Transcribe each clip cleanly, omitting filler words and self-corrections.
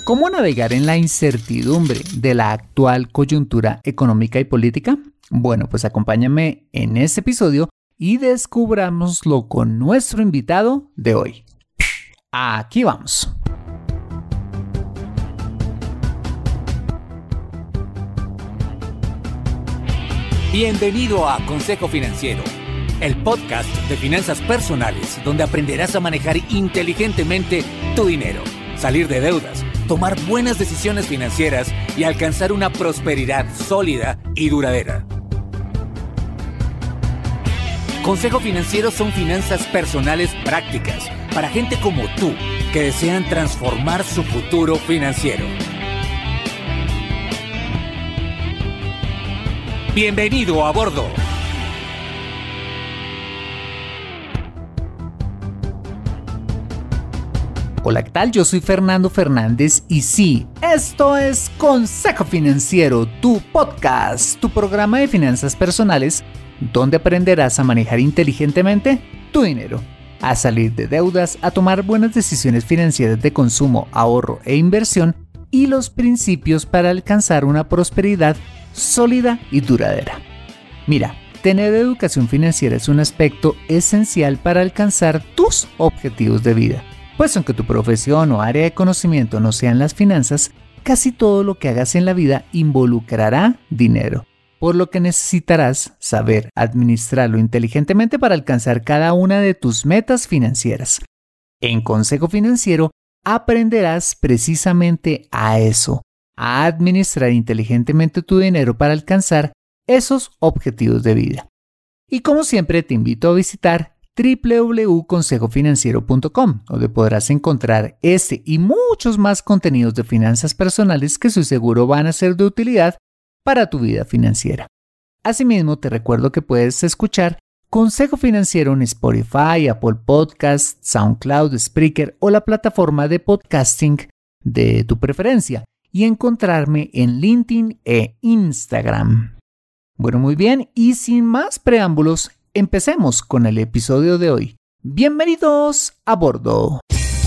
¿Cómo navegar en la incertidumbre de la actual coyuntura económica y política? Bueno, pues acompáñame en este episodio y descubrámoslo con nuestro invitado de hoy. Aquí vamos. Bienvenido a Consejo Financiero, el podcast de finanzas personales donde aprenderás a manejar inteligentemente tu dinero, salir de deudas, tomar buenas decisiones financieras y alcanzar una prosperidad sólida y duradera. Consejo Financiero son finanzas personales prácticas para gente como tú que desean transformar su futuro financiero. Bienvenido a bordo. Hola, ¿qué tal? Yo soy Fernando Fernández y sí, esto es Consejo Financiero, tu podcast, tu programa de finanzas personales, donde aprenderás a manejar inteligentemente tu dinero, a salir de deudas, a tomar buenas decisiones financieras de consumo, ahorro e inversión y los principios para alcanzar una prosperidad sólida y duradera. Mira, tener educación financiera es un aspecto esencial para alcanzar tus objetivos de vida. Pues aunque tu profesión o área de conocimiento no sean las finanzas, casi todo lo que hagas en la vida involucrará dinero, por lo que necesitarás saber administrarlo inteligentemente para alcanzar cada una de tus metas financieras. En Consejo Financiero aprenderás precisamente a eso, a administrar inteligentemente tu dinero para alcanzar esos objetivos de vida. Y como siempre te invito a visitar www.consejofinanciero.com, donde podrás encontrar este y muchos más contenidos de finanzas personales que estoy seguro van a ser de utilidad para tu vida financiera. Asimismo, te recuerdo que puedes escuchar Consejo Financiero en Spotify, Apple Podcasts, SoundCloud, Spreaker o la plataforma de podcasting de tu preferencia y encontrarme en LinkedIn e Instagram. Bueno, muy bien, y sin más preámbulos, empecemos con el episodio de hoy. Bienvenidos a bordo.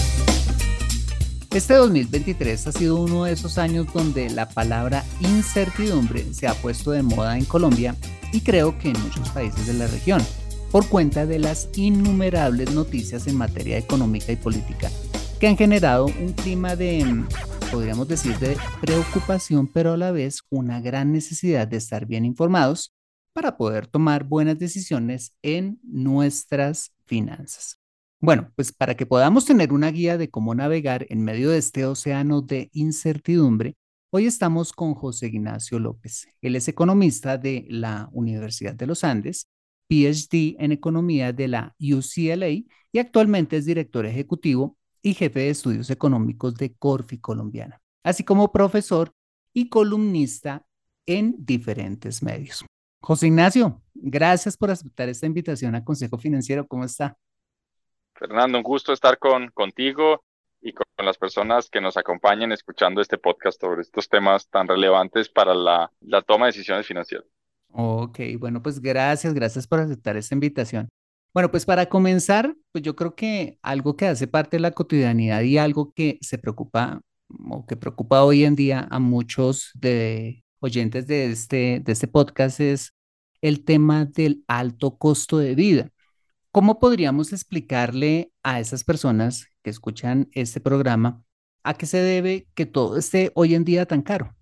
Este 2023 ha sido uno de esos años donde la palabra incertidumbre se ha puesto de moda en Colombia y creo que en muchos países de la región, por cuenta de las innumerables noticias en materia económica y política que han generado un clima de, podríamos decir, de preocupación, pero a la vez una gran necesidad de estar bien informados para poder tomar buenas decisiones en nuestras finanzas. Bueno, pues para que podamos tener una guía de cómo navegar en medio de este océano de incertidumbre, hoy estamos con José Ignacio López. Él es economista de la Universidad de los Andes, PhD en economía de la UCLA y actualmente es director ejecutivo y jefe de estudios económicos de Corfi Colombiana, así como profesor y columnista en diferentes medios. José Ignacio, gracias por aceptar esta invitación a Consejo Financiero. ¿Cómo está? Fernando, un gusto estar contigo y con las personas que nos acompañen escuchando este podcast sobre estos temas tan relevantes para la toma de decisiones financieras. Ok, bueno, pues gracias por aceptar esta invitación. Bueno, pues para comenzar, pues yo creo que algo que hace parte de la cotidianidad y algo que se preocupa o que preocupa hoy en día a muchos de oyentes de este podcast es el tema del alto costo de vida. ¿Cómo podríamos explicarle a esas personas que escuchan este programa a qué se debe que todo esté hoy en día tan caro?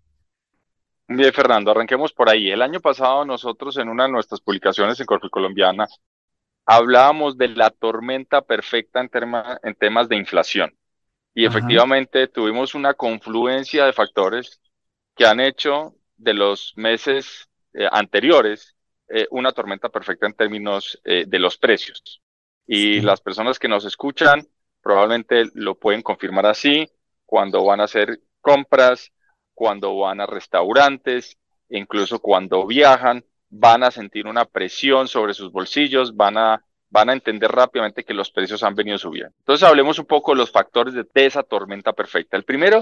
Bien, Fernando, arranquemos por ahí. El año pasado nosotros en una de nuestras publicaciones en Corfi Colombiana hablábamos de la tormenta perfecta en temas de inflación. Y Ajá. efectivamente tuvimos una confluencia de factores que han hecho de los meses anteriores una tormenta perfecta en términos de los precios. Y Sí. las personas que nos escuchan probablemente lo pueden confirmar así cuando van a hacer compras, cuando van a restaurantes, incluso cuando viajan, van a sentir una presión sobre sus bolsillos, van a entender rápidamente que los precios han venido subiendo. Entonces hablemos un poco de los factores de esa tormenta perfecta. El primero,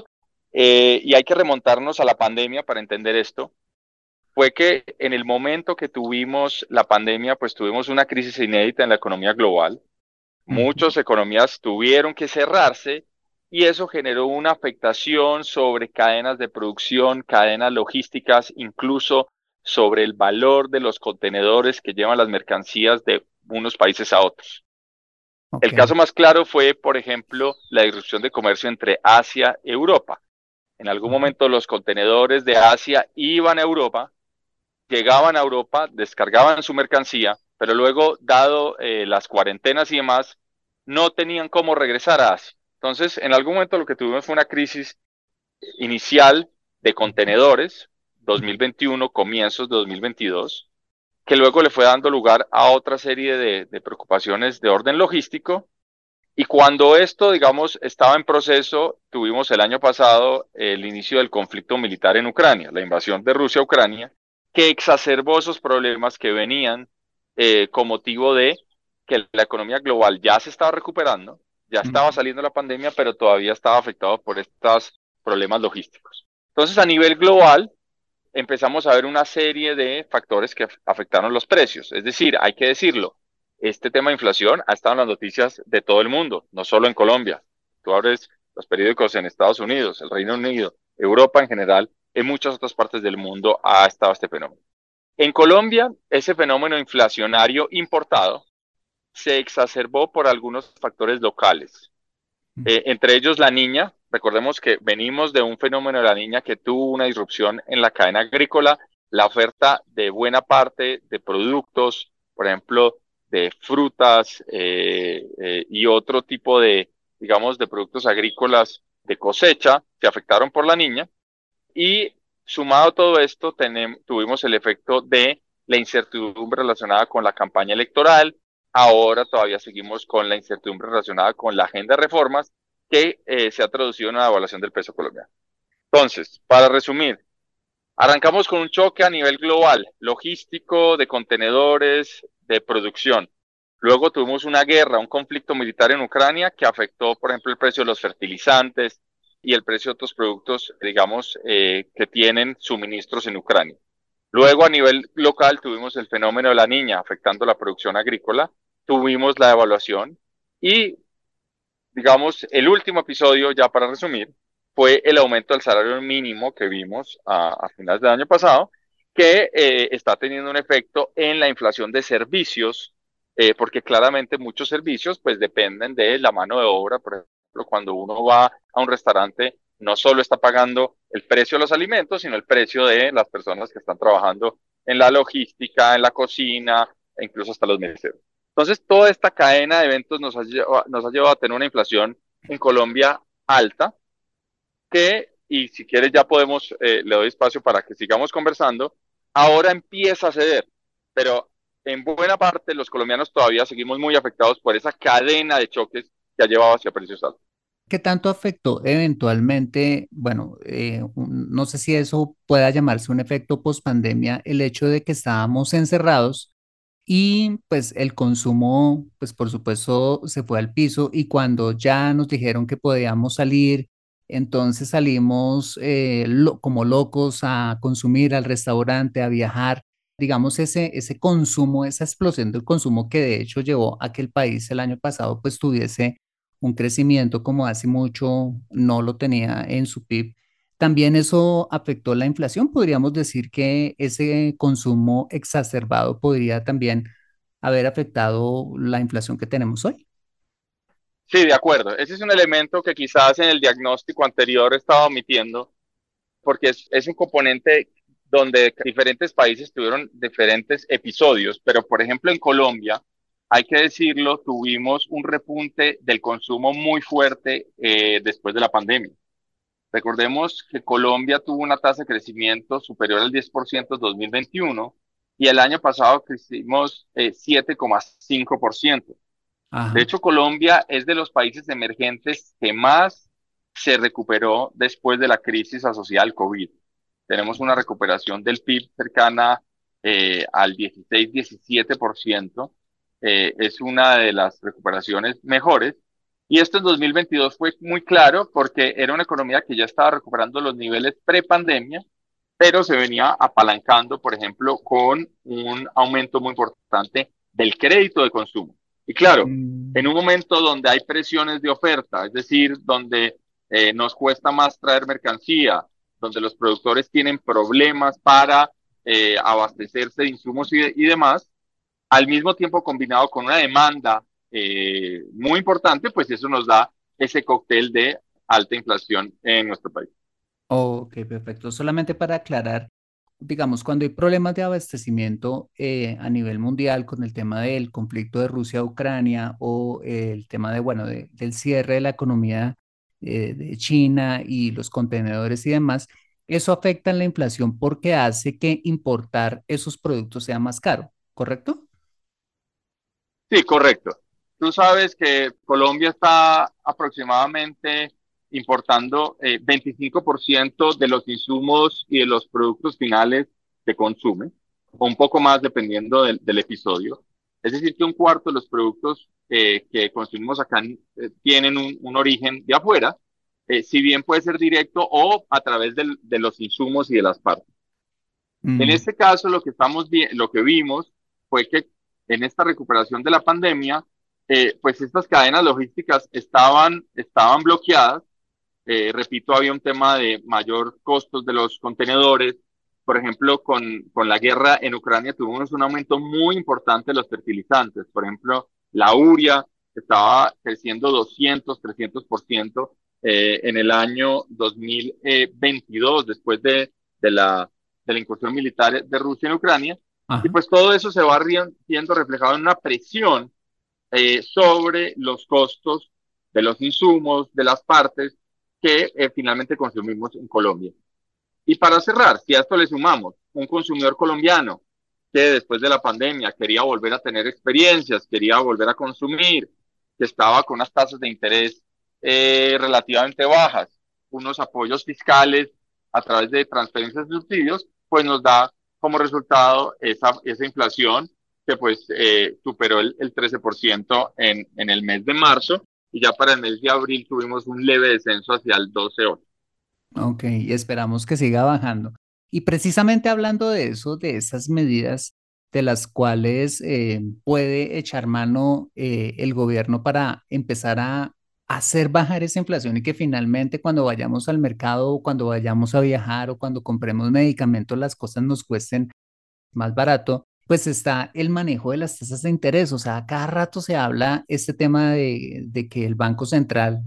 y hay que remontarnos a la pandemia para entender esto, fue que en el momento que tuvimos la pandemia, pues tuvimos una crisis inédita en la economía global. Ujú. Muchas economías tuvieron que cerrarse y eso generó una afectación sobre cadenas de producción, cadenas logísticas, incluso sobre el valor de los contenedores que llevan las mercancías de unos países a otros. Ok. El caso más claro fue, por ejemplo, la disrupción de comercio entre Asia y Europa. En algún Ujú. momento los contenedores de Asia iban a Europa, llegaban a Europa, descargaban su mercancía, pero luego, dado las cuarentenas y demás, no tenían cómo regresar a Asia. Entonces, en algún momento lo que tuvimos fue una crisis inicial de contenedores, 2021, comienzos de 2022, que luego le fue dando lugar a otra serie de preocupaciones de orden logístico. Y cuando esto, digamos, estaba en proceso, tuvimos el año pasado el inicio del conflicto militar en Ucrania, la invasión de Rusia a Ucrania, que exacerbó esos problemas que venían con motivo de que la economía global ya se estaba recuperando, ya estaba Ujú. saliendo la pandemia, pero todavía estaba afectado por estos problemas logísticos. Entonces, a nivel global, empezamos a ver una serie de factores que afectaron los precios. Es decir, hay que decirlo, este tema de inflación ha estado en las noticias de todo el mundo, no solo en Colombia. Tú abres los periódicos en Estados Unidos, el Reino Unido, Europa en general, en muchas otras partes del mundo ha estado este fenómeno. En Colombia, ese fenómeno inflacionario importado se exacerbó por algunos factores locales, entre ellos la niña. Recordemos que venimos de un fenómeno de la niña que tuvo una disrupción en la cadena agrícola, la oferta de buena parte de productos, por ejemplo, de frutas y otro tipo de, digamos, de productos agrícolas de cosecha, se afectaron por la niña. Y sumado a todo esto, tuvimos el efecto de la incertidumbre relacionada con la campaña electoral. Ahora todavía seguimos con la incertidumbre relacionada con la agenda de reformas que se ha traducido en una devaluación del peso colombiano. Entonces, para resumir, arrancamos con un choque a nivel global, logístico, de contenedores, de producción. Luego tuvimos una guerra, un conflicto militar en Ucrania que afectó, por ejemplo, el precio de los fertilizantes y el precio de otros productos, digamos, que tienen suministros en Ucrania. Luego, a nivel local, tuvimos el fenómeno de la niña afectando la producción agrícola, tuvimos la devaluación y, digamos, el último episodio, ya para resumir, fue el aumento del salario mínimo que vimos a finales del año pasado, que está teniendo un efecto en la inflación de servicios, porque claramente muchos servicios pues dependen de la mano de obra. Por ejemplo, cuando uno va a un restaurante, no solo está pagando el precio de los alimentos, sino el precio de las personas que están trabajando en la logística, en la cocina, e incluso hasta los meseros. Entonces, toda esta cadena de eventos nos ha llevado a tener una inflación en Colombia alta, que, y si quieres ya podemos, le doy espacio para que sigamos conversando, ahora empieza a ceder, pero en buena parte los colombianos todavía seguimos muy afectados por esa cadena de choques que ha llevado hacia precios altos. ¿Qué tanto afectó eventualmente? Bueno, no sé si eso pueda llamarse un efecto pospandemia, el hecho de que estábamos encerrados y pues el consumo, pues por supuesto, se fue al piso y cuando ya nos dijeron que podíamos salir, entonces salimos como locos a consumir al restaurante, a viajar. Digamos, ese consumo, esa explosión del consumo que de hecho llevó a que el país el año pasado pues tuviese un crecimiento como hace mucho no lo tenía en su PIB. También eso afectó la inflación. Podríamos decir que ese consumo exacerbado podría también haber afectado la inflación que tenemos hoy. Sí, de acuerdo. Ese es un elemento que quizás en el diagnóstico anterior estaba omitiendo, porque es un componente donde diferentes países tuvieron diferentes episodios, pero por ejemplo en Colombia, hay que decirlo, tuvimos un repunte del consumo muy fuerte después de la pandemia. Recordemos que Colombia tuvo una tasa de crecimiento superior al 10% en 2021 y el año pasado crecimos 7,5%. De Ajá. hecho, Colombia es de los países emergentes que más se recuperó después de la crisis asociada al COVID. Tenemos una recuperación del PIB cercana al 16-17%. Es una de las recuperaciones mejores. Y esto en 2022 fue muy claro porque era una economía que ya estaba recuperando los niveles pre-pandemia, pero se venía apalancando, por ejemplo, con un aumento muy importante del crédito de consumo. Y claro, en Mm. un momento donde hay presiones de oferta, es decir, donde nos cuesta más traer mercancía, donde los productores tienen problemas para abastecerse de insumos y demás, al mismo tiempo combinado con una demanda muy importante, pues eso nos da ese cóctel de alta inflación en nuestro país. Ok, perfecto. Solamente para aclarar, digamos, cuando hay problemas de abastecimiento a nivel mundial con el tema del conflicto de Rusia-Ucrania o el tema de, bueno, del cierre de la economía de China y los contenedores y demás, eso afecta en la inflación porque hace que importar esos productos sea más caro, ¿correcto? Sí, correcto. Tú sabes que Colombia está aproximadamente importando 25% de los insumos y de los productos finales que consume, o un poco más dependiendo del episodio. Es decir, que un cuarto de los productos que consumimos acá tienen un origen de afuera, si bien puede ser directo o a través de los insumos y de las partes. En Mm, este caso, lo que vimos fue que en esta recuperación de la pandemia, pues estas cadenas logísticas estaban bloqueadas. Repito, había un tema de mayor costos de los contenedores. Por ejemplo, con la guerra en Ucrania tuvimos un aumento muy importante de los fertilizantes. Por ejemplo, la urea estaba creciendo 200-300% en el año 2022, después de la incursión militar de Rusia en Ucrania. Y ajá. pues todo eso se va viendo reflejado en una presión sobre los costos de los insumos, de las partes que finalmente consumimos en Colombia. Y para cerrar, si a esto le sumamos un consumidor colombiano que después de la pandemia quería volver a tener experiencias, quería volver a consumir, que estaba con unas tasas de interés relativamente bajas, unos apoyos fiscales a través de transferencias de subsidios, pues nos da como resultado esa inflación que pues superó el 13% en el mes de marzo y ya para el mes de abril tuvimos un leve descenso hacia el 12,8. Ok, y esperamos que siga bajando. Y precisamente hablando de eso, de esas medidas de las cuales puede echar mano el gobierno para empezar a hacer bajar esa inflación y que finalmente cuando vayamos al mercado o cuando vayamos a viajar o cuando compremos medicamentos las cosas nos cuesten más barato, pues está el manejo de las tasas de interés. O sea, cada rato se habla este tema de que el Banco Central,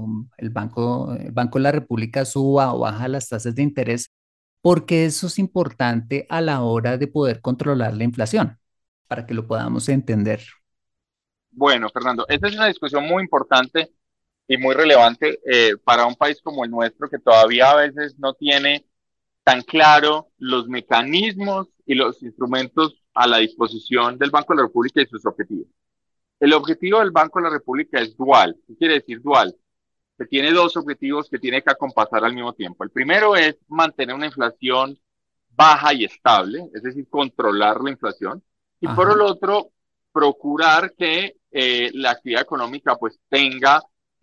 el Banco de la República suba o baja las tasas de interés, porque eso es importante a la hora de poder controlar la inflación, para que lo podamos entender. Bueno, Fernando, esta es una discusión muy importante y muy relevante para un país como el nuestro, que todavía a veces no tiene tan claro los mecanismos y los instrumentos a la disposición del Banco de la República y sus objetivos. El objetivo del Banco de la República es dual. ¿Qué quiere decir dual? Que tiene dos objetivos que tiene que acompasar al mismo tiempo. El primero es mantener una inflación baja y estable, es decir, controlar la inflación. Y por el Ajá. otro, procurar que la actividad económica pues tenga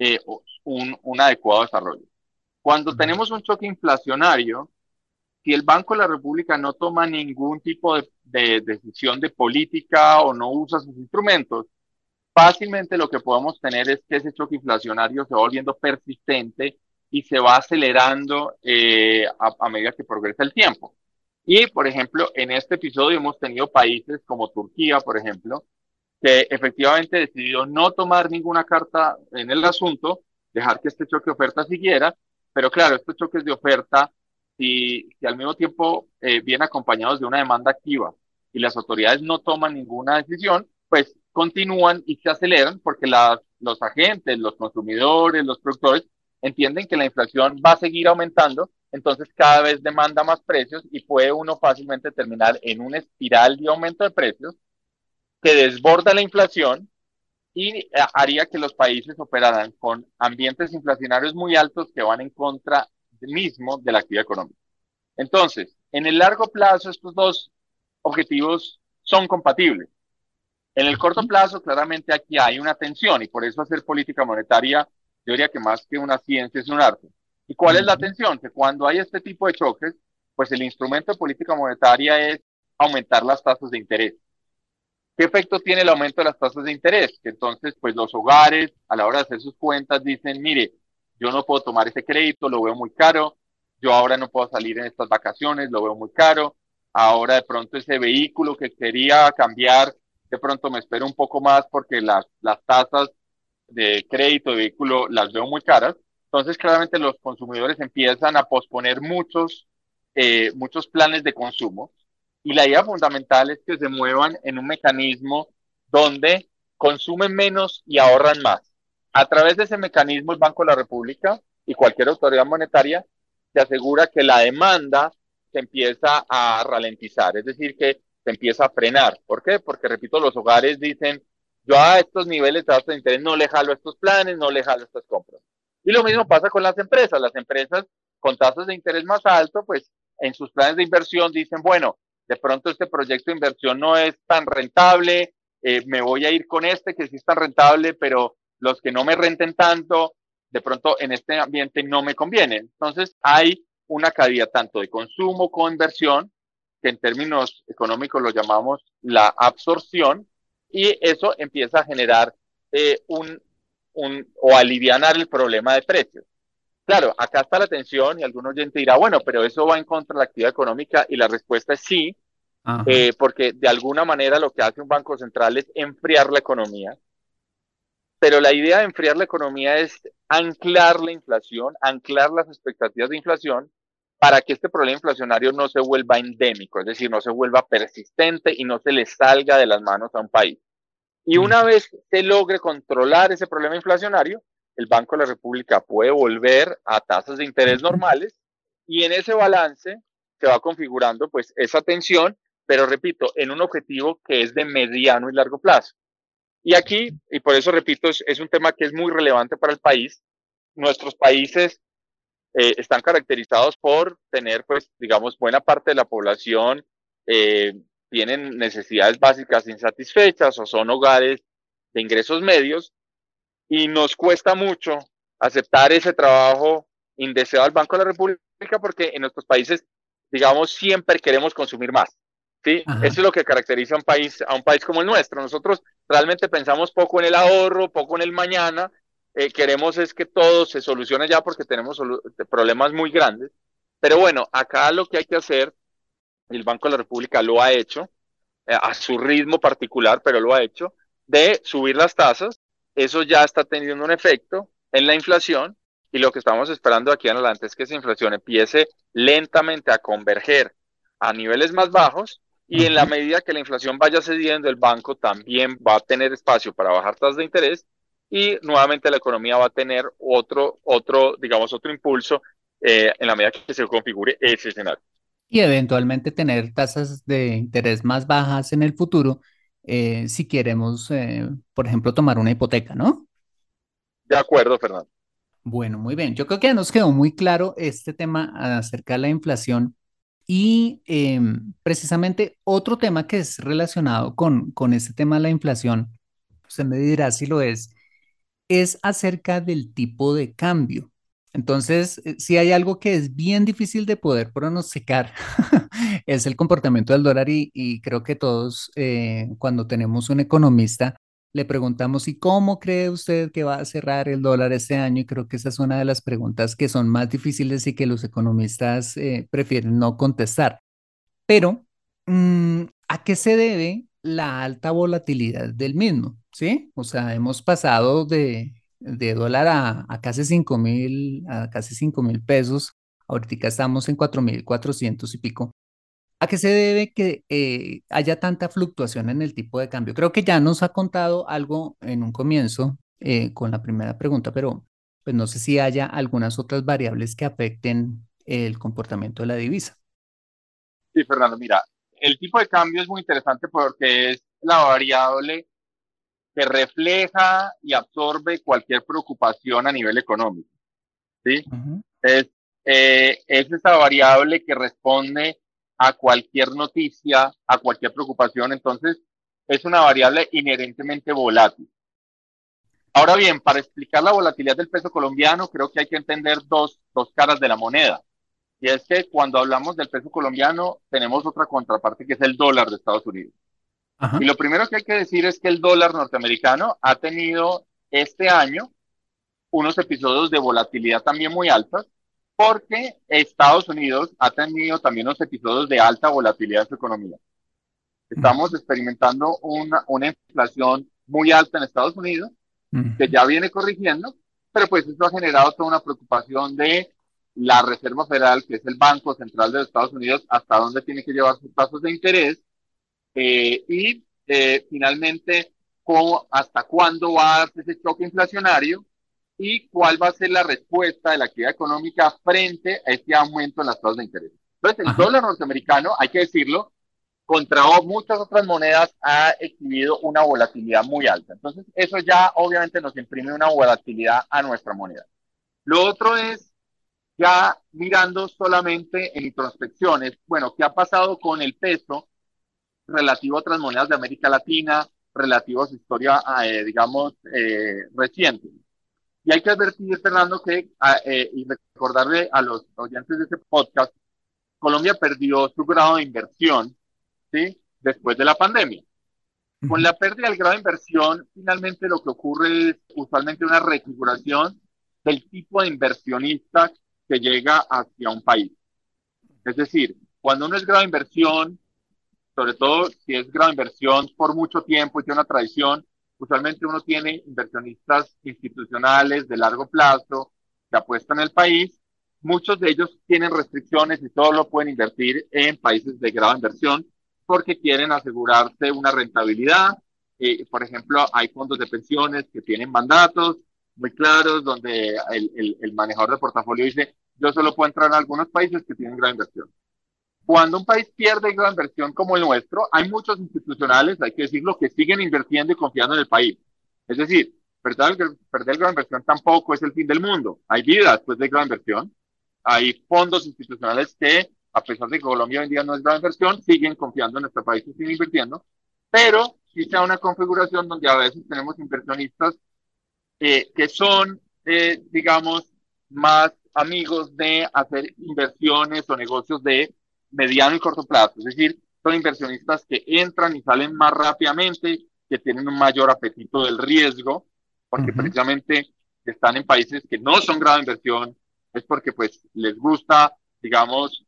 un adecuado desarrollo. Cuando tenemos un choque inflacionario, si el Banco de la República no toma ningún tipo de decisión de política o no usa sus instrumentos, fácilmente lo que podemos tener es que ese choque inflacionario se va volviendo persistente y se va acelerando a medida que progresa el tiempo. Y, por ejemplo, en este episodio hemos tenido países como Turquía, por ejemplo, que efectivamente decidió no tomar ninguna carta en el asunto, dejar que este choque de oferta siguiera, pero claro, estos choques de oferta, si al mismo tiempo vienen acompañados de una demanda activa y las autoridades no toman ninguna decisión, pues continúan y se aceleran porque los agentes, los consumidores, los productores entienden que la inflación va a seguir aumentando, entonces cada vez demanda más precios y puede uno fácilmente terminar en una espiral de aumento de precios que desborda la inflación y haría que los países operaran con ambientes inflacionarios muy altos que van en contra mismo de la actividad económica. Entonces, en el largo plazo, estos dos objetivos son compatibles. En el corto plazo, claramente aquí hay una tensión y por eso hacer política monetaria, yo diría que más que una ciencia es un arte. ¿Y cuál es la Ujú. tensión? Que cuando hay este tipo de choques, pues el instrumento de política monetaria es aumentar las tasas de interés. ¿Qué efecto tiene el aumento de las tasas de interés? Que entonces, pues los hogares a la hora de hacer sus cuentas dicen, mire, yo no puedo tomar ese crédito, lo veo muy caro, yo ahora no puedo salir en estas vacaciones, lo veo muy caro, ahora de pronto ese vehículo que quería cambiar, de pronto me espero un poco más porque las tasas de crédito de vehículo las veo muy caras. Entonces, claramente los consumidores empiezan a posponer muchos planes de consumo y la idea fundamental es que se muevan en un mecanismo donde consumen menos y ahorran más. A través de ese mecanismo, el Banco de la República y cualquier autoridad monetaria se asegura que la demanda se empieza a ralentizar, es decir, que se empieza a frenar. ¿Por qué? Porque, repito, los hogares dicen, yo a estos niveles de tasa de interés no le jalo estos planes, no le jalo estas compras. Y lo mismo pasa con las empresas. Las empresas con tasas de interés más alto, pues en sus planes de inversión dicen, bueno, de pronto este proyecto de inversión no es tan rentable, me voy a ir con este que sí es tan rentable, pero los que no me renten tanto, de pronto en este ambiente no me conviene. Entonces hay una caída tanto de consumo como inversión, que en términos económicos lo llamamos la absorción, y eso empieza a generar o alivianar el problema de precios. Claro, acá está la tensión y algún oyente dirá, bueno, pero eso va en contra de la actividad económica y la respuesta es sí, Ajá. porque de alguna manera lo que hace un banco central es enfriar la economía, pero la idea de enfriar la economía es anclar la inflación, anclar las expectativas de inflación para que este problema inflacionario no se vuelva endémico, es decir, no se vuelva persistente y no se le salga de las manos a un país. Y Mm. una vez se logre controlar ese problema inflacionario, el Banco de la República puede volver a tasas de interés normales y en ese balance se va configurando pues esa tensión, pero repito, en un objetivo que es de mediano y largo plazo. Y aquí, y por eso repito, es un tema que es muy relevante para el país. Nuestros países están caracterizados por tener, pues, digamos, buena parte de la población eh, tienen necesidades básicas insatisfechas o son hogares de ingresos medios y nos cuesta mucho aceptar ese trabajo indeseado al Banco de la República porque en nuestros países, digamos, siempre queremos consumir más. ¿Sí? Ajá. Eso es lo que caracteriza a un país como el nuestro. Nosotros realmente pensamos poco en el ahorro, poco en el mañana. Queremos es que todo se solucione ya porque tenemos problemas muy grandes. Pero bueno, acá lo que hay que hacer, el Banco de la República lo ha hecho, a su ritmo particular, pero lo ha hecho, de subir las tasas. Eso ya está teniendo un efecto en la inflación y lo que estamos esperando aquí en adelante es que esa inflación empiece lentamente a converger a niveles más bajos y en la Ajá. medida que la inflación vaya cediendo, el banco también va a tener espacio para bajar tasas de interés y nuevamente la economía va a tener digamos, otro impulso en la medida que se configure ese escenario. Y eventualmente tener tasas de interés más bajas en el futuro, si queremos, por ejemplo, tomar una hipoteca, ¿no? De acuerdo, Fernando. Bueno, muy bien. Yo creo que ya nos quedó muy claro este tema acerca de la inflación y precisamente otro tema que es relacionado con este tema de la inflación, usted me dirá si lo es acerca del tipo de cambio. Entonces, si hay algo que es bien difícil de poder pronosticar, es el comportamiento del dólar y creo que todos, cuando tenemos un economista, le preguntamos, ¿y cómo cree usted que va a cerrar el dólar este año? Y creo que esa es una de las preguntas que son más difíciles y que los economistas prefieren no contestar. Pero, ¿a qué se debe la alta volatilidad del mismo? ¿Sí? O sea, hemos pasado de dólar a casi 5.000, a casi 5.000 pesos. Ahorita estamos en 4.400 y pico. ¿A qué se debe que haya tanta fluctuación en el tipo de cambio? Creo que ya nos ha contado algo en un comienzo con la primera pregunta, pero pues no sé si haya algunas otras variables que afecten el comportamiento de la divisa. Sí, Fernando, mira, el tipo de cambio es muy interesante porque es la variable que refleja y absorbe cualquier preocupación a nivel económico, ¿sí? Ujú. Es, es esa variable que responde a cualquier noticia, a cualquier preocupación, entonces es una variable inherentemente volátil. Ahora bien, para explicar la volatilidad del peso colombiano, creo que hay que entender dos caras de la moneda. Y es que cuando hablamos del peso colombiano, tenemos otra contraparte que es el dólar de Estados Unidos. Y Ajá. lo primero que hay que decir es que el dólar norteamericano ha tenido este año unos episodios de volatilidad también muy altos, porque Estados Unidos ha tenido también unos episodios de alta volatilidad en su economía. Estamos experimentando una inflación muy alta en Estados Unidos, que ya viene corrigiendo, pero pues eso ha generado toda una preocupación de la Reserva Federal, que es el Banco Central de los Estados Unidos, hasta dónde tiene que llevar sus tasas de interés finalmente hasta cuándo va a darse ese choque inflacionario y cuál va a ser la respuesta de la actividad económica frente a este aumento en las tasas de interés. Entonces, el Ajá. dólar norteamericano, hay que decirlo, contra muchas otras monedas ha exhibido una volatilidad muy alta. Entonces, eso ya obviamente nos imprime una volatilidad a nuestra moneda. Lo otro es ya mirando solamente en introspecciones, bueno, ¿qué ha pasado con el peso relativo a otras monedas de América Latina, relativo a su historia, digamos, reciente? Y hay que advertir, Fernando, que y recordarle a los oyentes de este podcast, Colombia perdió su grado de inversión, ¿sí? Después de la pandemia. Con la pérdida del grado de inversión, finalmente lo que ocurre es usualmente una reconfiguración del tipo de inversionista que llega hacia un país. Es decir, cuando uno es grado de inversión, sobre todo si es grado de inversión por mucho tiempo y tiene una tradición, usualmente uno tiene inversionistas institucionales de largo plazo que apuestan en el país. Muchos de ellos tienen restricciones y solo pueden invertir en países de grado de inversión porque quieren asegurarse una rentabilidad. Por ejemplo, hay fondos de pensiones que tienen mandatos muy claros donde el manejador de portafolio dice, yo solo puedo entrar en algunos países que tienen gran inversión. Cuando un país pierde gran inversión como el nuestro, hay muchos institucionales, hay que decirlo, que siguen invirtiendo y confiando en el país. Es decir, perder gran inversión tampoco es el fin del mundo. Hay vida después de gran inversión. Hay fondos institucionales que, a pesar de que Colombia hoy en día no es gran inversión, siguen confiando en nuestro país y siguen invirtiendo. Pero sí se da una configuración donde a veces tenemos inversionistas que son, digamos, más amigos de hacer inversiones o negocios de mediano y corto plazo. Es decir, son inversionistas que entran y salen más rápidamente, que tienen un mayor apetito del riesgo, porque precisamente están en países que no son grado de inversión, es porque pues les gusta, digamos,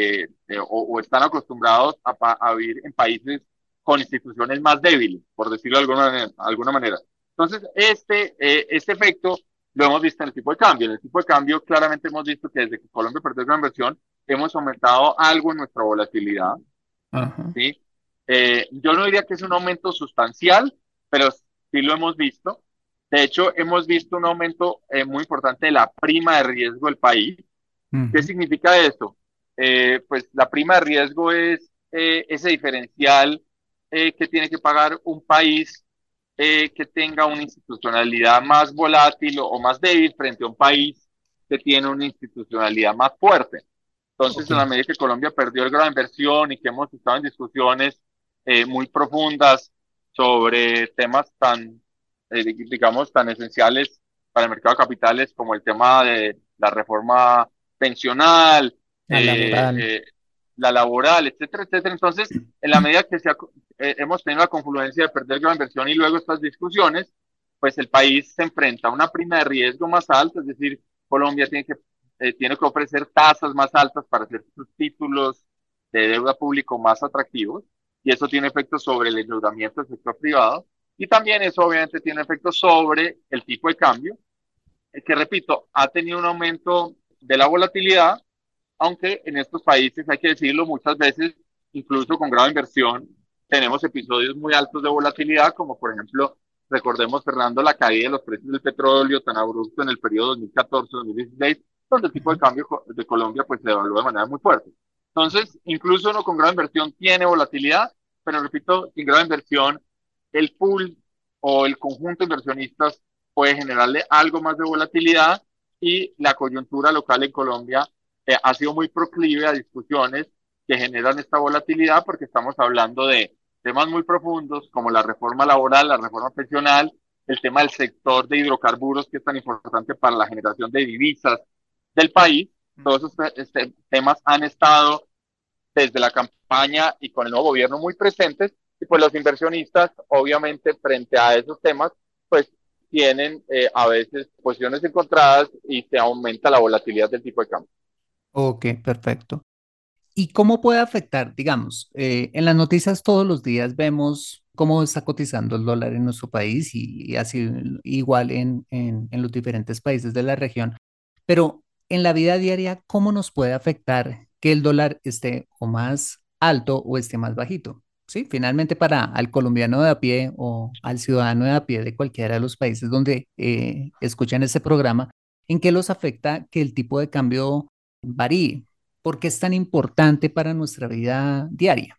o están acostumbrados a vivir en países con instituciones más débiles, por decirlo de alguna manera. Entonces, este efecto lo hemos visto en el tipo de cambio. En el tipo de cambio, claramente hemos visto que desde que Colombia perdió la inversión, hemos aumentado algo en nuestra volatilidad, Ajá. ¿sí? Yo no diría que es un aumento sustancial, pero sí lo hemos visto. De hecho, hemos visto un aumento muy importante de la prima de riesgo del país. ¿Qué Ujú. significa esto? Pues la prima de riesgo es ese diferencial que tiene que pagar un país que tenga una institucionalidad más volátil o más débil frente a un país que tiene una institucionalidad más fuerte. Entonces, Ok. en la medida que Colombia perdió el grado de inversión y que hemos estado en discusiones muy profundas sobre temas tan, digamos, tan esenciales para el mercado de capitales como el tema de la reforma pensional, La eh, laboral. eh, la laboral, etcétera, etcétera. Entonces, en la medida que hemos tenido la confluencia de perder el grado de inversión y luego estas discusiones, pues el país se enfrenta a una prima de riesgo más alta, es decir, Colombia tiene que ofrecer tasas más altas para hacer sus títulos de deuda público más atractivos y eso tiene efectos sobre el endeudamiento del sector privado y también eso obviamente tiene efectos sobre el tipo de cambio, que repito, ha tenido un aumento de la volatilidad, aunque en estos países, hay que decirlo, muchas veces, incluso con grado de inversión, tenemos episodios muy altos de volatilidad, como por ejemplo, recordemos, Fernando, la caída de los precios del petróleo tan abrupto en el periodo 2014-2016, donde el tipo de Ujú. cambio de Colombia pues se evaluó de manera muy fuerte. Entonces, incluso uno con grado de inversión tiene volatilidad, pero repito, sin grado de inversión, el pool o el conjunto de inversionistas puede generarle algo más de volatilidad y la coyuntura local en Colombia ha sido muy proclive a discusiones que generan esta volatilidad porque estamos hablando de temas muy profundos como la reforma laboral, la reforma pensional, el tema del sector de hidrocarburos que es tan importante para la generación de divisas del país. Todos estos temas han estado desde la campaña y con el nuevo gobierno muy presentes y pues los inversionistas obviamente frente a esos temas pues tienen a veces posiciones encontradas y se aumenta la volatilidad del tipo de cambio. Ok, perfecto. ¿Y cómo puede afectar, digamos, en las noticias todos los días vemos cómo está cotizando el dólar en nuestro país y así igual en los diferentes países de la región, pero en la vida diaria, ¿cómo nos puede afectar que el dólar esté o más alto o esté más bajito? Sí, finalmente para al colombiano de a pie o al ciudadano de a pie de cualquiera de los países donde escuchan este programa, ¿en qué los afecta que el tipo de cambio varíe? ¿Por qué es tan importante para nuestra vida diaria?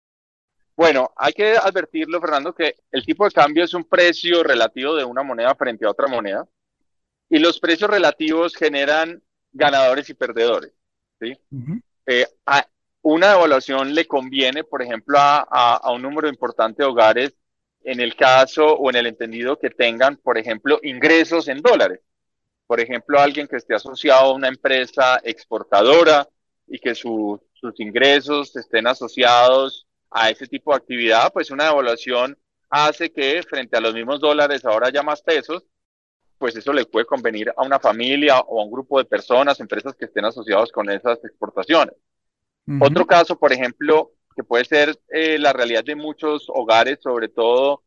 Bueno, hay que advertirlo, Fernando, que el tipo de cambio es un precio relativo de una moneda frente a otra moneda y los precios relativos generan ganadores y perdedores. ¿Sí? Ujú. A una evaluación le conviene, por ejemplo, a un número importante de hogares en el caso o en el entendido que tengan, por ejemplo, ingresos en dólares. Por ejemplo, alguien que esté asociado a una empresa exportadora y que sus ingresos estén asociados a ese tipo de actividad, pues una evaluación hace que frente a los mismos dólares ahora haya más pesos, pues eso le puede convenir a una familia o a un grupo de personas, empresas que estén asociados con esas exportaciones. Otro Ujú. caso, por ejemplo, que puede ser la realidad de muchos hogares, sobre todo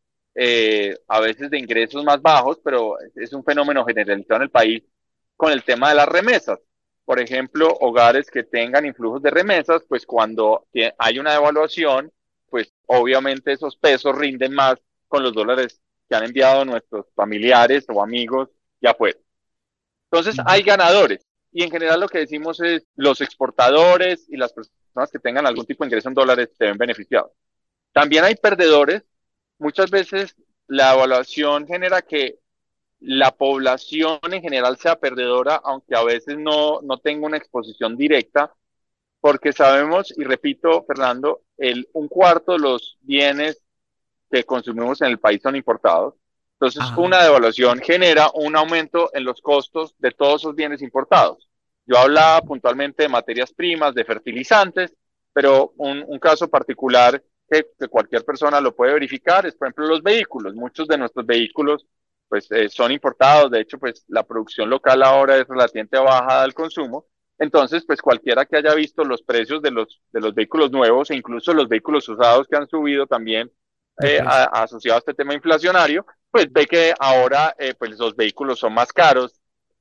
a veces de ingresos más bajos, pero es un fenómeno generalizado en el país con el tema de las remesas. Por ejemplo, hogares que tengan influjos de remesas, pues cuando hay una devaluación, pues obviamente esos pesos rinden más con los dólares que han enviado nuestros familiares o amigos ya afuera. Entonces Ujú. hay ganadores y en general lo que decimos es los exportadores y las personas que tengan algún tipo de ingreso en dólares se ven beneficiados. También hay perdedores. Muchas veces la evaluación genera que la población en general sea perdedora, aunque a veces no tenga una exposición directa, porque sabemos, y repito, Fernando, un cuarto de los bienes que consumimos en el país son importados. Entonces, Ah, una devaluación genera un aumento en los costos de todos esos bienes importados. Yo hablaba puntualmente de materias primas, de fertilizantes, pero un caso particular que cualquier persona lo puede verificar es, por ejemplo, los vehículos. Muchos de nuestros vehículos pues, son importados. De hecho, pues la producción local ahora es relativamente baja al consumo. Entonces, pues cualquiera que haya visto los precios de los vehículos nuevos e incluso los vehículos usados que han subido también de precio. asociado a este tema inflacionario, pues ve que ahora pues los vehículos son más caros.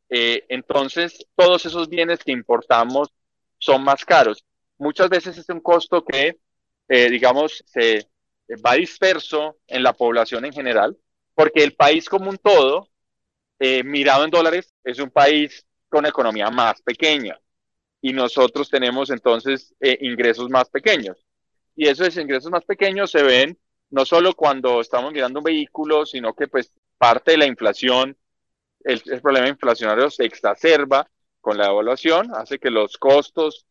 Entonces, todos esos bienes que importamos son más caros. Muchas veces es un costo que, digamos, se va disperso en la población en general, porque el país como un todo, mirado en dólares, es un país con economía más pequeña y nosotros tenemos entonces ingresos más pequeños. Y esos ingresos más pequeños se ven no solo cuando estamos mirando un vehículo, sino que pues parte de la inflación, el problema inflacionario se exacerba con la devaluación, hace que los costos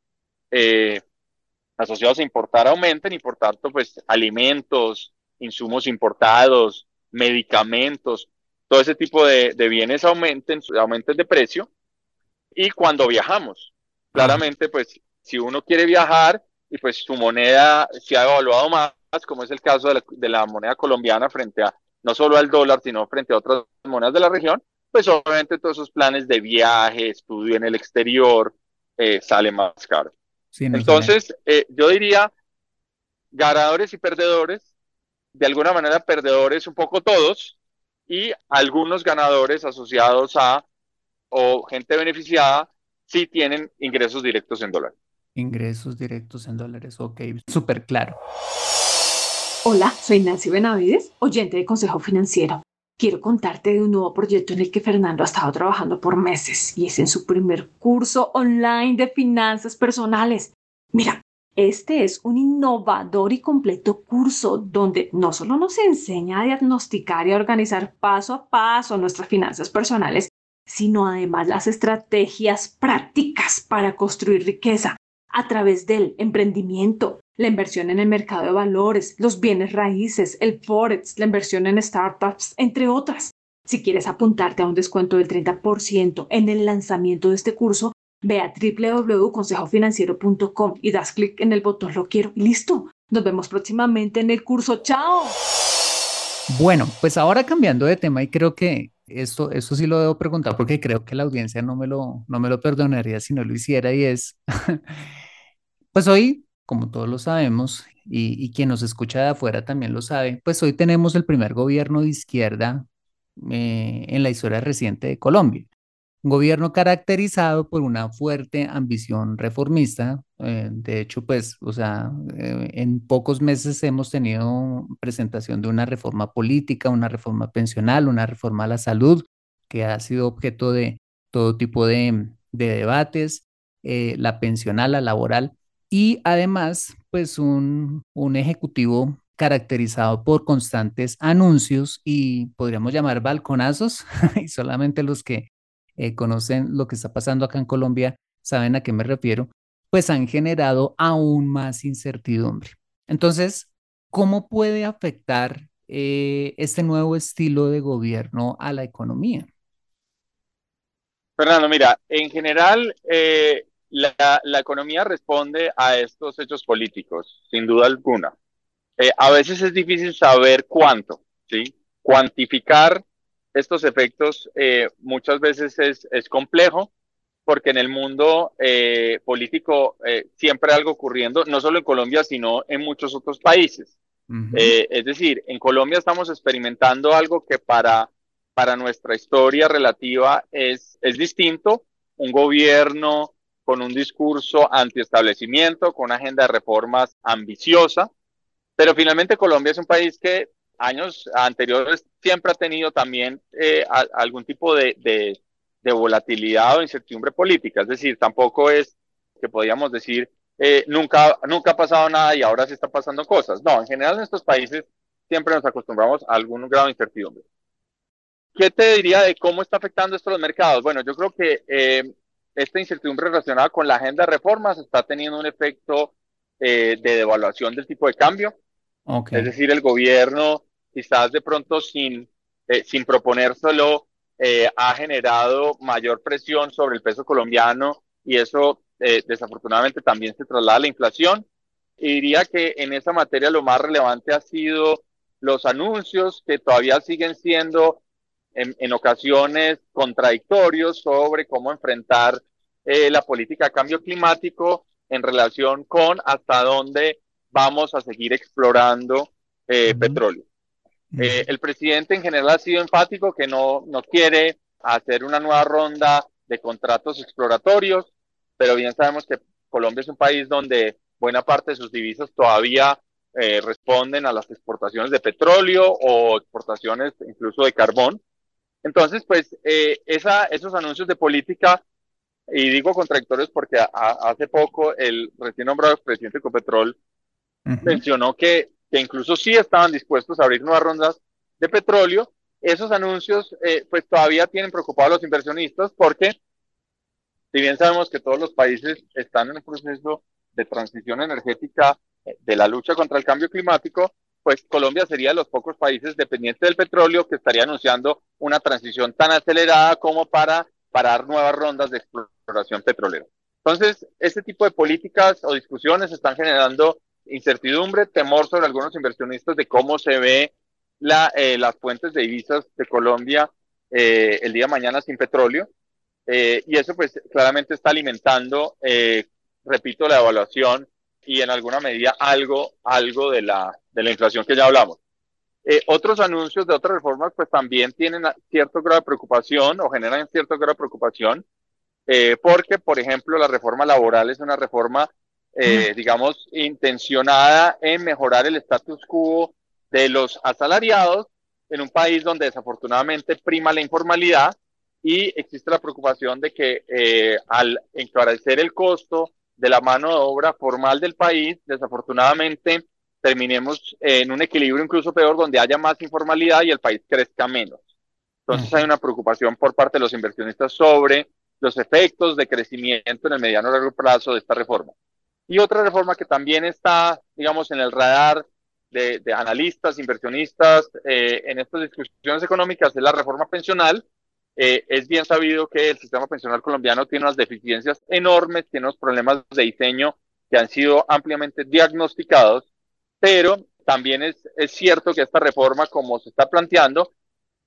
eh, asociados a importar aumenten y por tanto pues alimentos, insumos importados, medicamentos, todo ese tipo de bienes aumenten de precio y cuando viajamos. Ah, Claramente, pues, si uno quiere viajar y pues su moneda se ha evaluado más, como es el caso de la moneda colombiana frente a no solo al dólar, sino frente a otras monedas de la región, pues obviamente todos esos planes de viaje, estudio en el exterior, sale más caro. sí, nos sale. Entonces, yo diría ganadores y perdedores, de alguna manera perdedores un poco todos y algunos ganadores asociados a o gente beneficiada sí tienen ingresos directos en dólares. Ingresos directos en dólares. Ok, súper claro. Hola, soy Nancy Benavides, oyente de Consejo Financiero. Quiero contarte de un nuevo proyecto en el que Fernando ha estado trabajando por meses y es en su primer curso online de finanzas personales. Mira, este es un innovador y completo curso donde no solo nos enseña a diagnosticar y a organizar paso a paso nuestras finanzas personales, sino además las estrategias prácticas para construir riqueza a través del emprendimiento, la inversión en el mercado de valores, los bienes raíces, el forex, la inversión en startups, entre otras. Si quieres apuntarte a un descuento del 30% en el lanzamiento de este curso, ve a www.consejofinanciero.com y das clic en el botón Lo quiero y listo. Nos vemos próximamente en el curso. ¡Chao! Bueno, pues ahora cambiando de tema y creo que esto sí lo debo preguntar porque creo que la audiencia no me lo perdonaría si no lo hiciera y es, pues hoy, como todos lo sabemos, y quien nos escucha de afuera también lo sabe, pues hoy tenemos el primer gobierno de izquierda en la historia reciente de Colombia. Un gobierno caracterizado por una fuerte ambición reformista. De hecho, pues, o sea, en pocos meses hemos tenido presentación de una reforma política, una reforma pensional, una reforma a la salud, que ha sido objeto de todo tipo de debates, la pensional, la laboral, y además, pues, un ejecutivo caracterizado por constantes anuncios y podríamos llamar balconazos, y solamente los que conocen lo que está pasando acá en Colombia, saben a qué me refiero, pues han generado aún más incertidumbre. Entonces, ¿cómo puede afectar este nuevo estilo de gobierno a la economía? Fernando, mira, en general la economía responde a estos hechos políticos, sin duda alguna. A veces es difícil saber cuánto, ¿sí? Cuantificar estos efectos muchas veces es complejo porque en el mundo político siempre hay algo ocurriendo, no solo en Colombia, sino en muchos otros países. Ujú, Es decir, en Colombia estamos experimentando algo que para nuestra historia relativa es distinto, un gobierno con un discurso antiestablecimiento, con una agenda de reformas ambiciosa, pero finalmente Colombia es un país que años anteriores siempre ha tenido también algún tipo de volatilidad o incertidumbre política. Es decir, tampoco es que podríamos decir nunca ha pasado nada y ahora sí está pasando cosas. No, en general en estos países siempre nos acostumbramos a algún grado de incertidumbre. ¿Qué te diría de cómo está afectando esto a los mercados? Bueno, yo creo que esta incertidumbre relacionada con la agenda de reformas está teniendo un efecto de devaluación del tipo de cambio. ok. Es decir, el gobierno, quizás de pronto sin proponérselo, ha generado mayor presión sobre el peso colombiano y eso desafortunadamente también se traslada a la inflación. Y diría que en esa materia lo más relevante ha sido los anuncios que todavía siguen siendo en ocasiones contradictorios sobre cómo enfrentar la política de cambio climático en relación con hasta dónde vamos a seguir explorando Ujú, petróleo. ujú, El presidente en general ha sido enfático que no quiere hacer una nueva ronda de contratos exploratorios, pero bien sabemos que Colombia es un país donde buena parte de sus divisas todavía responden a las exportaciones de petróleo o exportaciones incluso de carbón. Entonces, pues esos anuncios de política, y digo contradictorios porque hace poco el recién nombrado presidente de Ecopetrol ujú, mencionó que incluso sí estaban dispuestos a abrir nuevas rondas de petróleo. Esos anuncios pues todavía tienen preocupados a los inversionistas porque si bien sabemos que todos los países están en un proceso de transición energética de la lucha contra el cambio climático, pues Colombia sería de los pocos países dependientes del petróleo que estaría anunciando una transición tan acelerada como para parar nuevas rondas de exploración petrolera. Entonces, este tipo de políticas o discusiones están generando incertidumbre, temor sobre algunos inversionistas de cómo se ve las fuentes de divisas de Colombia el día de mañana sin petróleo. Y eso pues claramente está alimentando, repito, la evaluación y en alguna medida algo de la inflación que ya hablamos. Otros anuncios de otras reformas pues también tienen cierto grado de preocupación o generan cierto grado de preocupación porque, por ejemplo, la reforma laboral es una reforma, digamos, intencionada en mejorar el status quo de los asalariados en un país donde desafortunadamente prima la informalidad y existe la preocupación de que al encarecer el costo de la mano de obra formal del país, desafortunadamente terminemos en un equilibrio incluso peor donde haya más informalidad y el país crezca menos. Entonces hay ujú, una preocupación por parte de los inversionistas sobre los efectos de crecimiento en el mediano y largo plazo de esta reforma. Y otra reforma que también está, digamos, en el radar de analistas, inversionistas en estas discusiones económicas es la reforma pensional. Es bien sabido que el sistema pensional colombiano tiene unas deficiencias enormes, tiene unos problemas de diseño que han sido ampliamente diagnosticados, pero también es cierto que esta reforma, como se está planteando,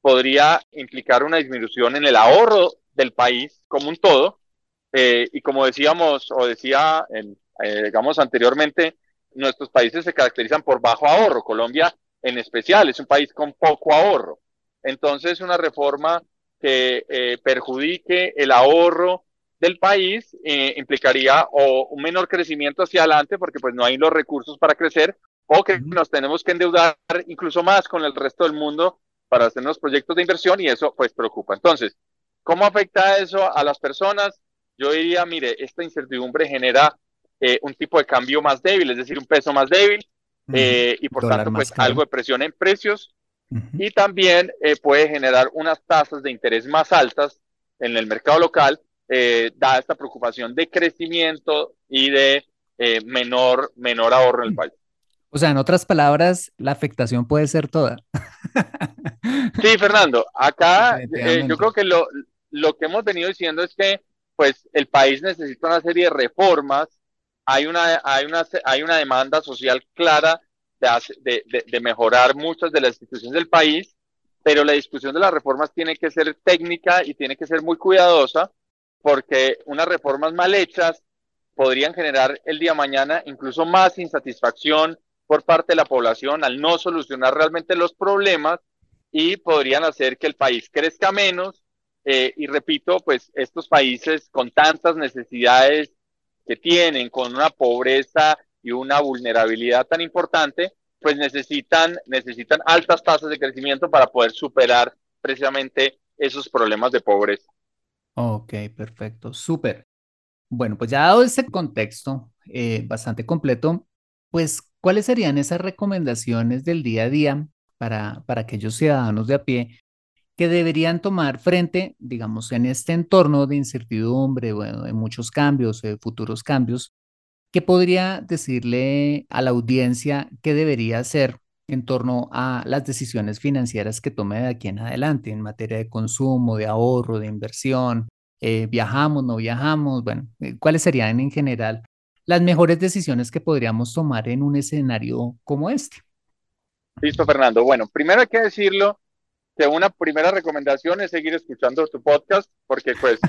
podría implicar una disminución en el ahorro del país como un todo. Y como decíamos o decía, digamos, anteriormente, nuestros países se caracterizan por bajo ahorro. Colombia, en especial, es un país con poco ahorro. Entonces, una reforma que perjudique el ahorro del país implicaría o un menor crecimiento hacia adelante, porque pues no hay los recursos para crecer, o que nos tenemos que endeudar incluso más con el resto del mundo para hacer unos proyectos de inversión, y eso pues preocupa. Entonces, ¿cómo afecta eso a las personas? Yo diría, mire, esta incertidumbre genera un tipo de cambio más débil, es decir, un peso más débil, y por Dólar tanto, más pues algo caro. de presión en precios, y también puede generar unas tasas de interés más altas en el mercado local, dada esta preocupación de crecimiento y de menor ahorro en el país. O sea, en otras palabras, la afectación puede ser toda. Sí, Fernando, acá yo Definitivamente. creo que lo que hemos venido diciendo es que pues el país necesita una serie de reformas, hay una demanda social clara de mejorar muchas de las instituciones del país, pero la discusión de las reformas tiene que ser técnica y tiene que ser muy cuidadosa, porque unas reformas mal hechas podrían generar el día de mañana incluso más insatisfacción por parte de la población al no solucionar realmente los problemas, y podrían hacer que el país crezca menos. Y repito, pues estos países con tantas necesidades que tienen, con una pobreza y una vulnerabilidad tan importante, pues necesitan altas tasas de crecimiento para poder superar precisamente esos problemas de pobreza. Ok, perfecto, súper. Bueno, pues ya dado ese contexto bastante completo, pues, ¿cuáles serían esas recomendaciones del día a día para aquellos ciudadanos de a pie que deberían tomar frente, digamos, en este entorno de incertidumbre, bueno, de muchos cambios, de futuros cambios? ¿Qué podría decirle a la audiencia que debería hacer en torno a las decisiones financieras que tome de aquí en adelante en materia de consumo, de ahorro, de inversión? ¿Viajamos, no viajamos? Bueno, ¿cuáles serían en general las mejores decisiones que podríamos tomar en un escenario como este? Listo, Fernando. Bueno, primero hay que decirlo que una primera recomendación es seguir escuchando tu podcast, porque pues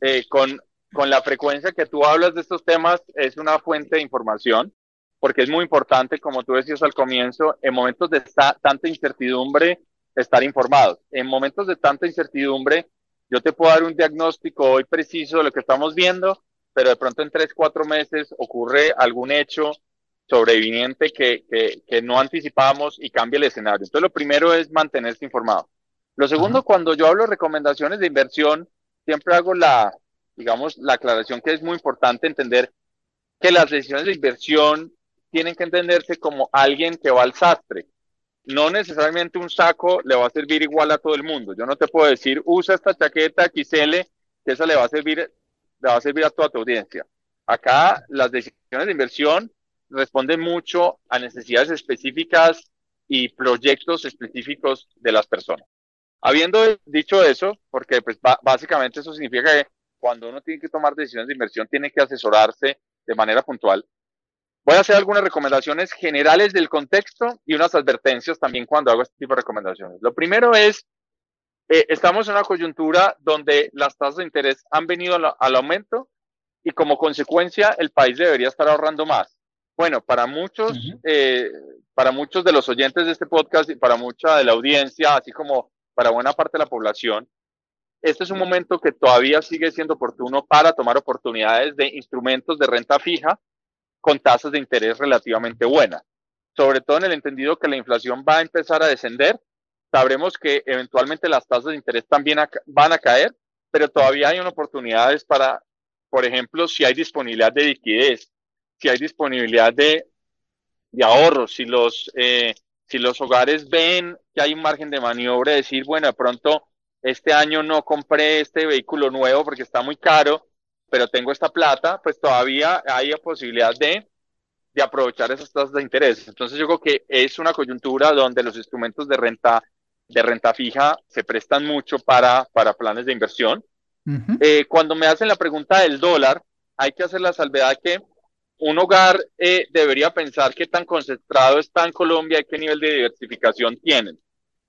con la frecuencia que tú hablas de estos temas es una fuente de información, porque es muy importante, como tú decías al comienzo, en momentos de tanta incertidumbre, estar informados. En momentos de tanta incertidumbre, yo te puedo dar un diagnóstico hoy preciso de lo que estamos viendo, pero de pronto en 3, 4 meses ocurre algún hecho sobreviniente que no anticipamos y cambia el escenario. Entonces, lo primero es mantenerse informado. Lo Ajá. segundo, cuando yo hablo de recomendaciones de inversión, siempre hago digamos, la aclaración que es muy importante entender que las decisiones de inversión tienen que entenderse como alguien que va al sastre. No necesariamente un saco le va a servir igual a todo el mundo. Yo no te puedo decir, usa esta chaqueta XL, que esa le va a servir a toda tu audiencia. Acá las decisiones de inversión responden mucho a necesidades específicas y proyectos específicos de las personas. Habiendo dicho eso, porque pues básicamente eso significa que cuando uno tiene que tomar decisiones de inversión, tiene que asesorarse de manera puntual. Voy a hacer algunas recomendaciones generales del contexto y unas advertencias también cuando hago este tipo de recomendaciones. Lo primero es, estamos en una coyuntura donde las tasas de interés han venido al aumento, y como consecuencia el país debería estar ahorrando más. Bueno, Ujú. para muchos de los oyentes de este podcast y para mucha de la audiencia, así como para buena parte de la población, este es un momento que todavía sigue siendo oportuno para tomar oportunidades de instrumentos de renta fija con tasas de interés relativamente buenas, sobre todo en el entendido que la inflación va a empezar a descender. Sabremos que eventualmente las tasas de interés también van a caer, pero todavía hay oportunidades para, por ejemplo, si hay disponibilidad de liquidez, si hay disponibilidad de ahorros, si los hogares ven que hay un margen de maniobra, decir, bueno, de pronto este año no compré este vehículo nuevo porque está muy caro, pero tengo esta plata, pues todavía hay la posibilidad de aprovechar esas tasas de interés. Entonces yo creo que es una coyuntura donde los instrumentos de renta fija se prestan mucho para planes de inversión. Ujú. Cuando me hacen la pregunta del dólar, hay que hacer la salvedad que un hogar debería pensar qué tan concentrado está en Colombia y qué nivel de diversificación tienen.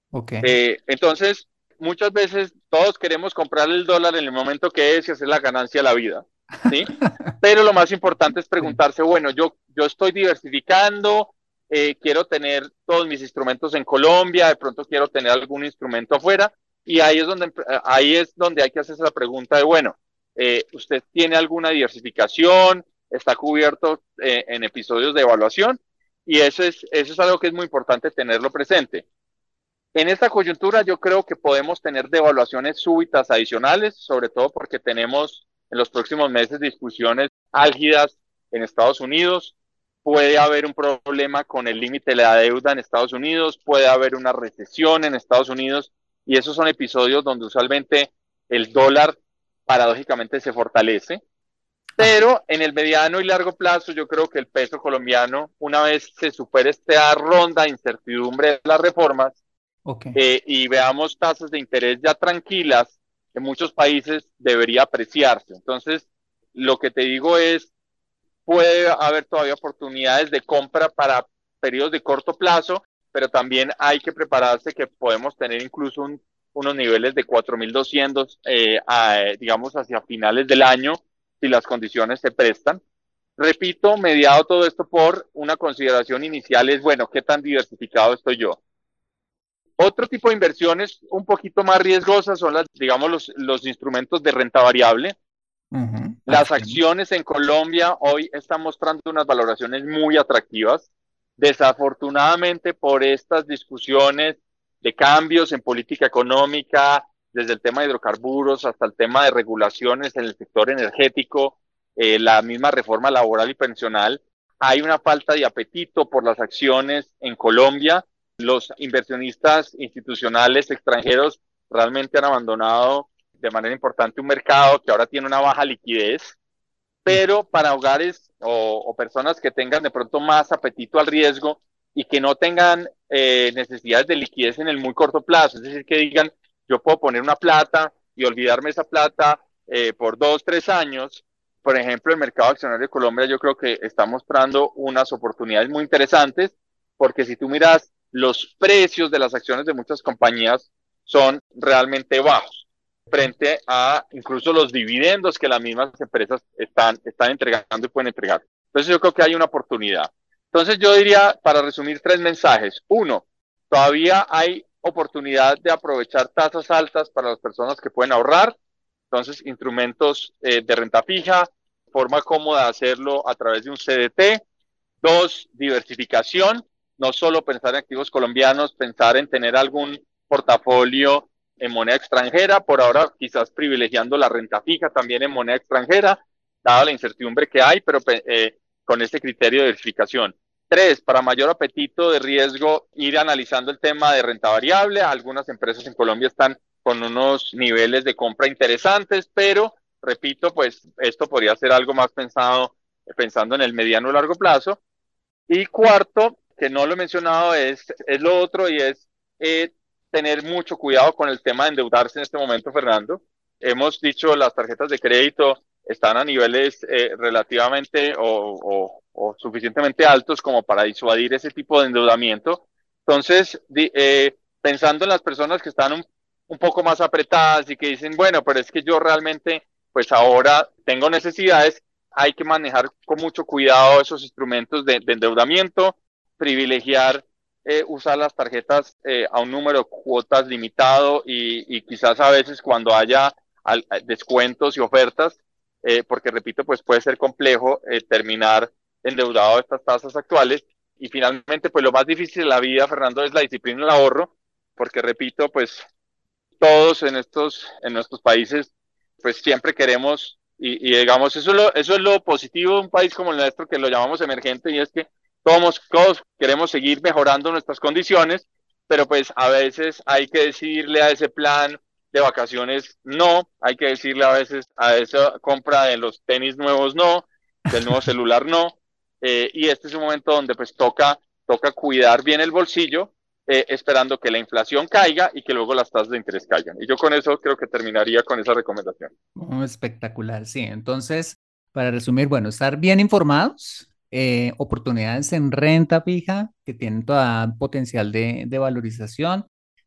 Ok. Entonces, muchas veces todos queremos comprar el dólar en el momento que es y hacer la ganancia a la vida, ¿sí? Pero lo más importante es Sí. preguntarse, bueno, yo estoy diversificando, quiero tener todos mis instrumentos en Colombia, de pronto quiero tener algún instrumento afuera, y ahí es donde hay que hacerse la pregunta de, bueno, ¿usted tiene alguna diversificación? ¿Está cubierto en episodios de evaluación? Y eso es algo que es muy importante tenerlo presente. En esta coyuntura yo creo que podemos tener devaluaciones súbitas adicionales, sobre todo porque tenemos en los próximos meses discusiones álgidas en Estados Unidos. Puede haber un problema con el límite de la deuda en Estados Unidos, puede haber una recesión en Estados Unidos y esos son episodios donde usualmente el dólar paradójicamente se fortalece. Ajá. Pero en el mediano y largo plazo yo creo que el peso colombiano, una vez se supere esta ronda de incertidumbre de las reformas, Ok. y veamos tasas de interés ya tranquilas, en muchos países debería apreciarse. Entonces, lo que te digo es, puede haber todavía oportunidades de compra para periodos de corto plazo, pero también hay que prepararse que podemos tener incluso unos niveles de 4.200, digamos, hacia finales del año, si las condiciones se prestan. Repito, mediado todo esto por una consideración inicial es, bueno, ¿qué tan diversificado estoy yo? Otro tipo de inversiones un poquito más riesgosas son digamos, los instrumentos de renta variable. Ujú. Las Acciones. acciones en Colombia hoy están mostrando unas valoraciones muy atractivas. Desafortunadamente, por estas discusiones de cambios en política económica, desde el tema de hidrocarburos hasta el tema de regulaciones en el sector energético, la misma reforma laboral y pensional, hay una falta de apetito por las acciones en Colombia. Los inversionistas institucionales extranjeros realmente han abandonado de manera importante un mercado que ahora tiene una baja liquidez, pero para hogares o personas que tengan de pronto más apetito al riesgo y que no tengan necesidades de liquidez en el muy corto plazo, es decir, que digan, yo puedo poner una plata y olvidarme esa plata por 2, 3 años. Por ejemplo, el mercado accionario de Colombia yo creo que está mostrando unas oportunidades muy interesantes, porque si tú miras los precios de las acciones de muchas compañías son realmente bajos frente a incluso los dividendos que las mismas empresas están entregando y pueden entregar. Entonces yo creo que hay una oportunidad. Entonces yo diría, para resumir, tres mensajes. Uno, todavía hay oportunidad de aprovechar tasas altas para las personas que pueden ahorrar. Entonces, instrumentos de renta fija, forma cómoda de hacerlo a través de un CDT. Dos, diversificación, no solo pensar en activos colombianos, pensar en tener algún portafolio en moneda extranjera, por ahora quizás privilegiando la renta fija también en moneda extranjera, dada la incertidumbre que hay, pero con este criterio de diversificación. Tres, para mayor apetito de riesgo, ir analizando el tema de renta variable. Algunas empresas en Colombia están con unos niveles de compra interesantes, pero repito, pues esto podría ser algo más pensando en el mediano o largo plazo. Y cuarto, que no lo he mencionado, es lo otro y es eh, tener mucho cuidado con el tema de endeudarse en este momento, Fernando. Hemos dicho las tarjetas de crédito están a niveles relativamente o suficientemente altos como para disuadir ese tipo de endeudamiento. Entonces, pensando en las personas que están un poco más apretadas y que dicen, bueno, pero es que yo realmente, pues ahora tengo necesidades, hay que manejar con mucho cuidado esos instrumentos de endeudamiento, privilegiar usar las tarjetas a un número de cuotas limitado y quizás a veces cuando haya descuentos y ofertas, porque repito, pues puede ser complejo terminar endeudado a estas tasas actuales. Y finalmente, pues lo más difícil de la vida, Fernando, es la disciplina del ahorro, porque repito, pues todos en nuestros países, pues siempre queremos, y digamos, eso es lo positivo de un país como el nuestro, que lo llamamos emergente, y es que todos queremos seguir mejorando nuestras condiciones, pero pues a veces hay que decirle a ese plan de vacaciones no, hay que decirle a veces a esa compra de los tenis nuevos no, del nuevo celular no, y este es un momento donde pues toca cuidar bien el bolsillo, esperando que la inflación caiga y que luego las tasas de interés caigan. Y yo con eso creo que terminaría con esa recomendación. Oh, espectacular, sí. Entonces, para resumir, bueno, estar bien informados, oportunidades en renta fija que tienen toda potencial de valorización,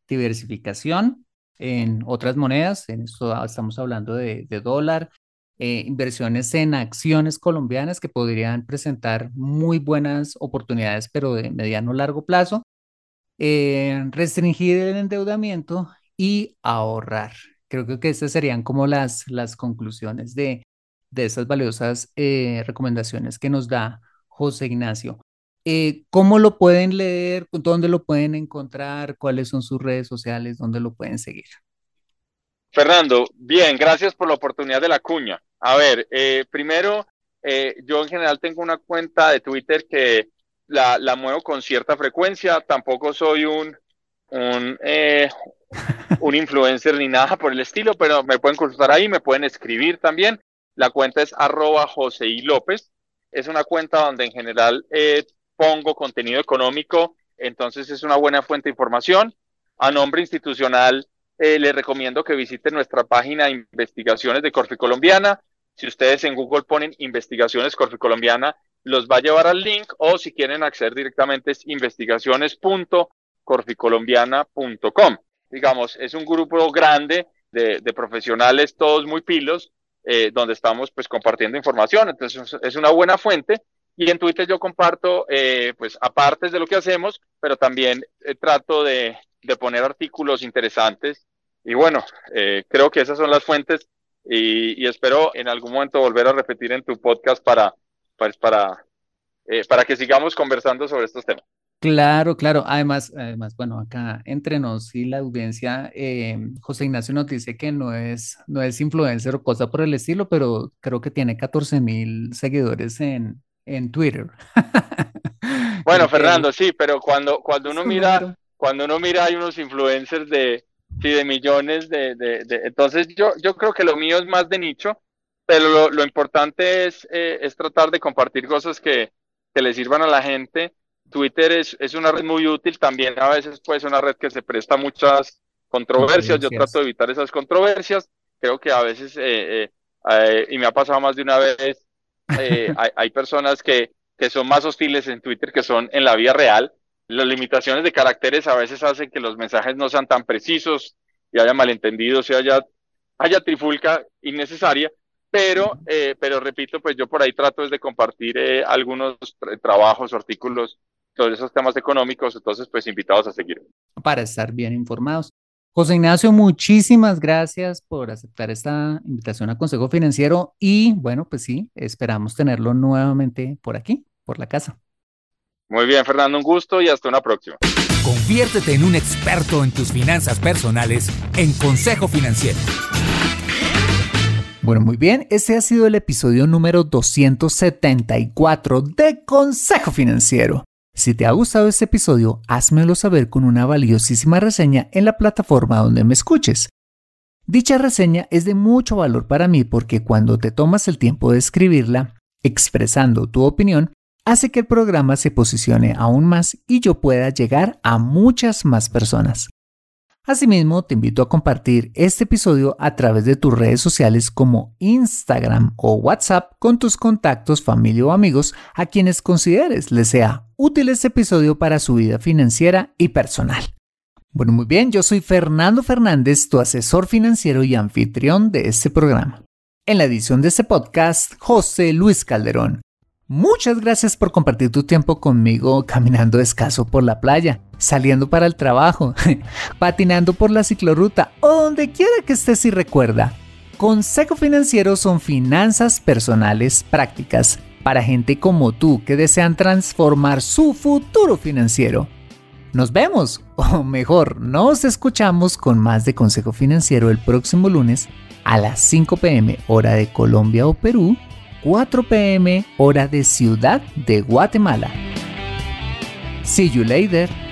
diversificación en otras monedas, en esto estamos hablando de dólar, inversiones en acciones colombianas que podrían presentar muy buenas oportunidades, pero de mediano o largo plazo, restringir el endeudamiento y ahorrar. Creo que estas serían como las conclusiones de esas valiosas recomendaciones que nos da José Ignacio. ¿Cómo lo pueden leer? ¿Dónde lo pueden encontrar? ¿Cuáles son sus redes sociales? ¿Dónde lo pueden seguir? Fernando, bien, gracias por la oportunidad de la cuña. A ver, primero, yo en general tengo una cuenta de Twitter que la muevo con cierta frecuencia. Tampoco soy un influencer ni nada por el estilo, pero me pueden consultar ahí, me pueden escribir también. La cuenta es @JoseiLópez. Es una cuenta donde en general pongo contenido económico, entonces es una buena fuente de información. A nombre institucional, les recomiendo que visiten nuestra página de investigaciones de Corficolombiana. Si ustedes en Google ponen investigaciones Corficolombiana, los va a llevar al link, o si quieren acceder directamente es investigaciones.corficolombiana.com. Digamos, es un grupo grande de profesionales, todos muy pilos, donde estamos pues compartiendo información, entonces es una buena fuente. Y en Twitter yo comparto pues aparte de lo que hacemos, pero también trato de poner artículos interesantes, y bueno, creo que esas son las fuentes, y espero en algún momento volver a repetir en tu podcast para que sigamos conversando sobre estos temas. Claro, claro. Además, bueno, acá entre nos y la audiencia, José Ignacio nos dice que no es influencer o cosa por el estilo, pero creo que tiene 14,000 seguidores en Twitter. Bueno, Creo que Fernando, sí, pero cuando es uno un mira, número. hay unos influencers de millones entonces yo creo que lo mío es más de nicho, pero lo importante es tratar de compartir cosas que le sirvan a la gente. Twitter es una red muy útil, también a veces puede ser una red que se presta a muchas controversias. Yo trato Controversias. de evitar esas controversias. Creo que a veces, y me ha pasado más de una vez, hay personas que son más hostiles en Twitter que son en la vida real. Las limitaciones de caracteres a veces hacen que los mensajes no sean tan precisos y haya malentendidos y haya trifulca innecesaria, pero repito, pues yo por ahí trato de compartir algunos trabajos o artículos sobre esos temas económicos, entonces pues invitados a seguir. Para estar bien informados. José Ignacio, muchísimas gracias por aceptar esta invitación a Consejo Financiero y bueno, pues sí, esperamos tenerlo nuevamente por aquí, por la casa. Muy bien, Fernando, un gusto y hasta una próxima. Conviértete en un experto en tus finanzas personales en Consejo Financiero. Bueno, muy bien, ese ha sido el episodio número 274 de Consejo Financiero. Si te ha gustado este episodio, házmelo saber con una valiosísima reseña en la plataforma donde me escuches. Dicha reseña es de mucho valor para mí porque cuando te tomas el tiempo de escribirla, expresando tu opinión, hace que el programa se posicione aún más y yo pueda llegar a muchas más personas. Asimismo, te invito a compartir este episodio a través de tus redes sociales como Instagram o WhatsApp con tus contactos, familia o amigos a quienes consideres les sea útil este episodio para su vida financiera y personal. Bueno, muy bien, yo soy Fernando Fernández, tu asesor financiero y anfitrión de este programa. En la edición de este podcast, José Luis Calderón. Muchas gracias por compartir tu tiempo conmigo caminando descalzo por la playa, saliendo para el trabajo, patinando por la ciclorruta o donde quiera que estés y recuerda. Consejo Financiero son finanzas personales prácticas para gente como tú que desean transformar su futuro financiero. Nos vemos, o mejor, nos escuchamos con más de Consejo Financiero el próximo lunes a las 5 p.m. hora de Colombia o Perú, 4 p.m. hora de Ciudad de Guatemala. See you later.